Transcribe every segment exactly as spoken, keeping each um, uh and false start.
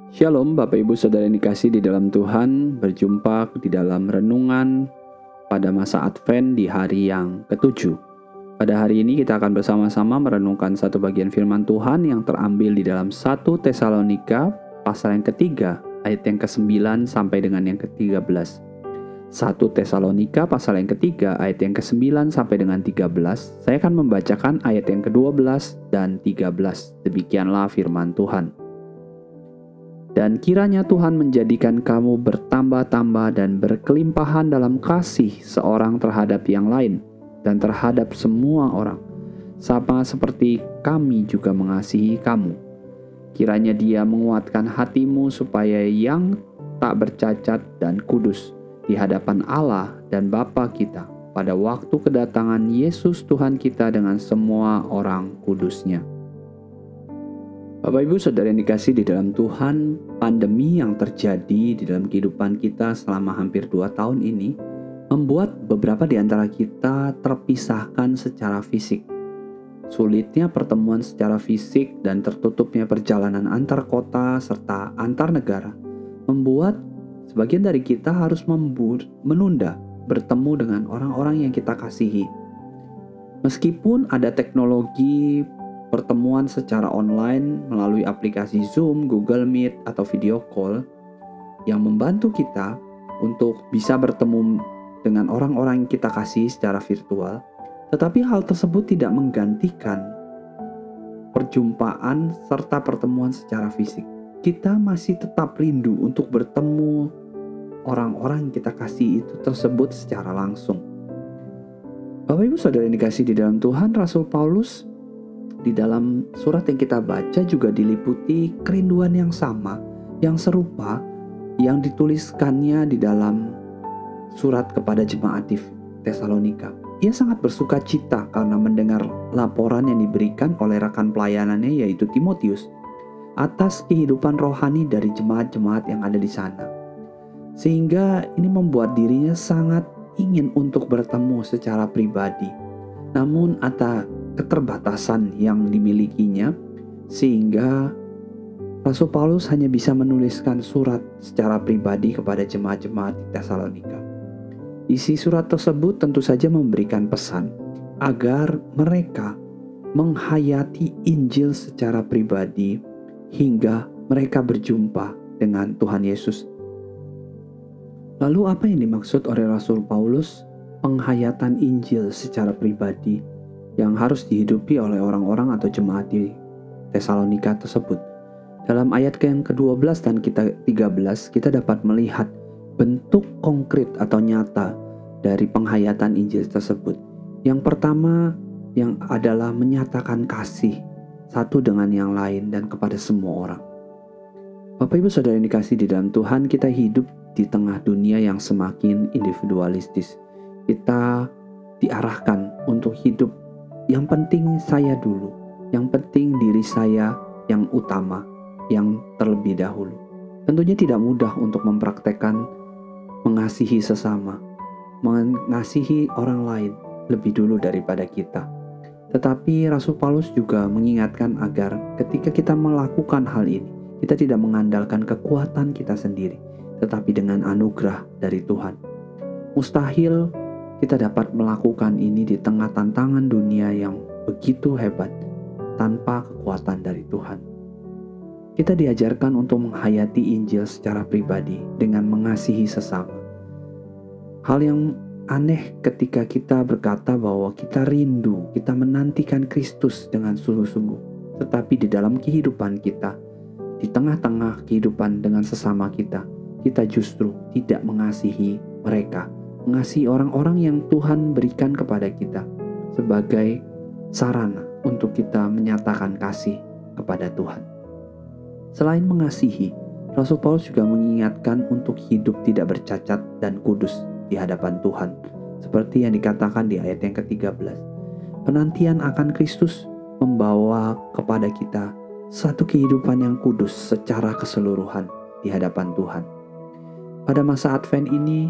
Shalom Bapak Ibu Saudara yang dikasih di dalam Tuhan, berjumpa di dalam renungan pada masa Advent di hari yang ketujuh. Pada hari ini kita akan bersama-sama merenungkan satu bagian firman Tuhan yang terambil di dalam satu Tesalonika pasal yang ketiga, ayat yang kesembilan sampai dengan yang ketiga belas. satu Tesalonika pasal yang ketiga, ayat yang kesembilan sampai dengan tiga belas. Saya akan membacakan ayat yang kedua belas dan tiga belas. Demikianlah firman Tuhan. Dan kiranya Tuhan menjadikan kamu bertambah-tambah dan berkelimpahan dalam kasih seorang terhadap yang lain dan terhadap semua orang, sama seperti kami juga mengasihi kamu. Kiranya Dia menguatkan hatimu supaya yang tak bercacat dan kudus di hadapan Allah dan Bapa kita pada waktu kedatangan Yesus Tuhan kita dengan semua orang kudusnya. Bapak Ibu Saudara yang dikasih di dalam Tuhan, pandemi yang terjadi di dalam kehidupan kita selama hampir dua tahun ini membuat beberapa di antara kita terpisahkan secara fisik. Sulitnya pertemuan secara fisik dan tertutupnya perjalanan antar kota serta antar negara membuat sebagian dari kita harus membur, menunda bertemu dengan orang-orang yang kita kasihi. Meskipun ada teknologi pertemuan secara online melalui aplikasi Zoom, Google Meet, atau video call yang membantu kita untuk bisa bertemu dengan orang-orang yang kita kasih secara virtual, tetapi hal tersebut tidak menggantikan perjumpaan serta pertemuan secara fisik. Kita masih tetap rindu untuk bertemu orang-orang yang kita kasih itu tersebut secara langsung. Bapak Ibu Saudara yang dikasih di dalam Tuhan, Rasul Paulus di dalam surat yang kita baca juga diliputi kerinduan yang sama, yang serupa, yang dituliskannya di dalam surat kepada jemaat di Tesalonika. Ia sangat bersuka cita karena mendengar laporan yang diberikan oleh rekan pelayanannya yaitu Timotius atas kehidupan rohani dari jemaat-jemaat yang ada di sana. Sehingga ini membuat dirinya sangat ingin untuk bertemu secara pribadi. Namun ada keterbatasan yang dimilikinya sehingga Rasul Paulus hanya bisa menuliskan surat secara pribadi kepada jemaat-jemaat di Tesalonika. Isi surat tersebut tentu saja memberikan pesan agar mereka menghayati Injil secara pribadi hingga mereka berjumpa dengan Tuhan Yesus. Lalu apa yang dimaksud oleh Rasul Paulus penghayatan Injil secara pribadi yang harus dihidupi oleh orang-orang atau jemaat di Tesalonika tersebut? Dalam ayat yang kedua belas dan kita tiga belas kita dapat melihat bentuk konkret atau nyata dari penghayatan Injil tersebut. Yang pertama yang adalah menyatakan kasih satu dengan yang lain dan kepada semua orang. Bapak Ibu Saudara yang dikasih di dalam Tuhan, kita hidup di tengah dunia yang semakin individualistis. Kita diarahkan untuk hidup yang penting saya dulu, yang penting diri saya yang utama, yang terlebih dahulu. Tentunya tidak mudah untuk mempraktekkan mengasihi sesama, mengasihi orang lain lebih dulu daripada kita. Tetapi Rasul Paulus juga mengingatkan agar ketika kita melakukan hal ini, kita tidak mengandalkan kekuatan kita sendiri, tetapi dengan anugerah dari Tuhan. Mustahil kita dapat melakukan ini di tengah tantangan dunia yang begitu hebat tanpa kekuatan dari Tuhan. Kita diajarkan untuk menghayati Injil secara pribadi dengan mengasihi sesama. Hal yang aneh ketika kita berkata bahwa kita rindu, kita menantikan Kristus dengan sungguh-sungguh, tetapi di dalam kehidupan kita, di tengah-tengah kehidupan dengan sesama kita, kita justru tidak mengasihi mereka, mengasihi orang-orang yang Tuhan berikan kepada kita sebagai sarana untuk kita menyatakan kasih kepada Tuhan. Selain mengasihi, Rasul Paulus juga mengingatkan untuk hidup tidak bercacat dan kudus di hadapan Tuhan, seperti yang dikatakan di ayat yang ketiga belas. Penantian akan Kristus membawa kepada kita satu kehidupan yang kudus secara keseluruhan di hadapan Tuhan. Pada masa Advent ini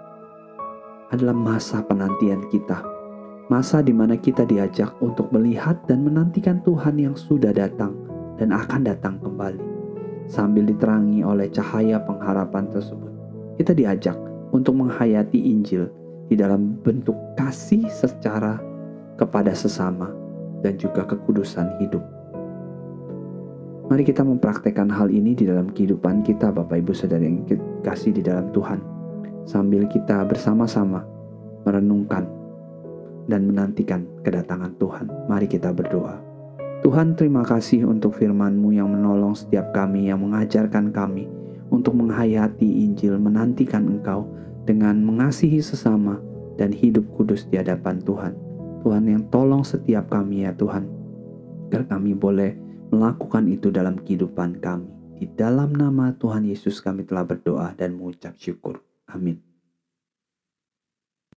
adalah masa penantian kita, masa di mana kita diajak untuk melihat dan menantikan Tuhan yang sudah datang dan akan datang kembali. sambil diterangi oleh cahaya pengharapan tersebut, kita diajak untuk menghayati Injil di dalam bentuk kasih secara kepada sesama dan juga kekudusan hidup. Mari kita mempraktekkan hal ini di dalam kehidupan kita, Bapak Ibu Saudara yang kasih di dalam Tuhan, sambil kita bersama-sama merenungkan dan menantikan kedatangan Tuhan. Mari kita berdoa. Tuhan, terima kasih untuk firman-Mu yang menolong setiap kami, yang mengajarkan kami untuk menghayati Injil, menantikan Engkau dengan mengasihi sesama dan hidup kudus di hadapan Tuhan. Tuhan yang tolong setiap kami ya Tuhan, agar kami boleh melakukan itu dalam kehidupan kami. Di dalam nama Tuhan Yesus kami telah berdoa dan mengucap syukur. Amin.